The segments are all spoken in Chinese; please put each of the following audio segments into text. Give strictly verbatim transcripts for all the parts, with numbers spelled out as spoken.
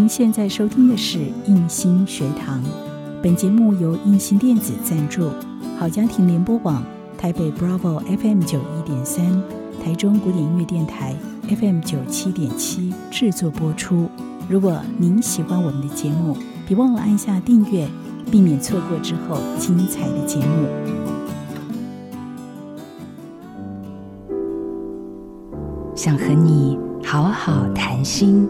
现在收听的是映心学堂，本节目由映心电子赞助，好家庭联播网台北 Bravo F M 九一点三，台中古典音乐电台 F M 九七点七制作播出。如果您喜欢我们的节目，别忘了按下订阅，避免错过之后精彩的节目。 想和你好好谈心。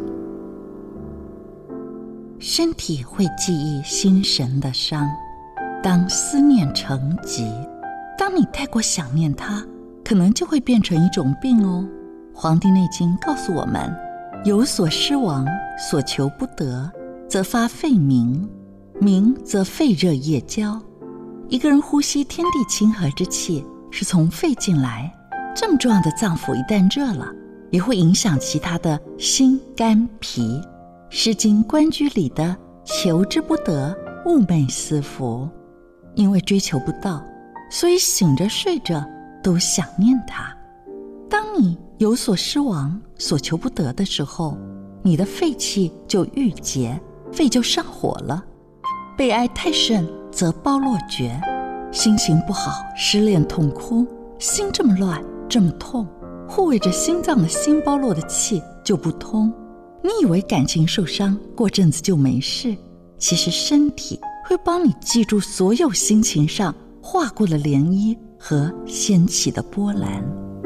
身体会记忆心神的伤，当思念成疾，当你太过想念它，可能就会变成一种病哦。《黄帝内经》告诉我们，有所失亡，所求不得，则发肺鸣，鸣则肺热液交。一个人呼吸天地清和之气，是从肺进来，这么重要的脏腑一旦热了，也会影响其他的心肝脾。诗经关雎里的求之不得，寤寐思服，因为追求不到，所以醒着睡着都想念它。当你有所失亡，所求不得的时候，你的肺气就郁结，肺就上火了。悲哀太甚，则包络绝，心情不好，失恋痛哭，心这么乱，这么痛，护卫着心脏的心包络的气就不通。你以为感情受伤，过阵子就没事，其实身体会帮你记住所有心情上划过的涟漪和掀起的波澜。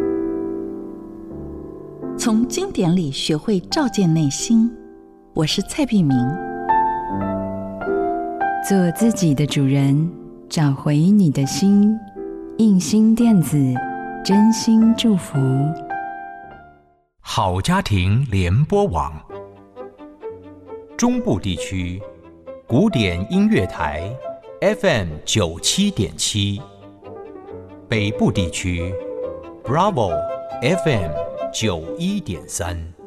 从经典里学会照见内心，我是蔡碧明。 做自己的主人，找回你的心。映心电子真心祝福。 好家庭联播网，中部地区古典音乐台 F M 九七点七，北部地区 Bravo F M 九一点三。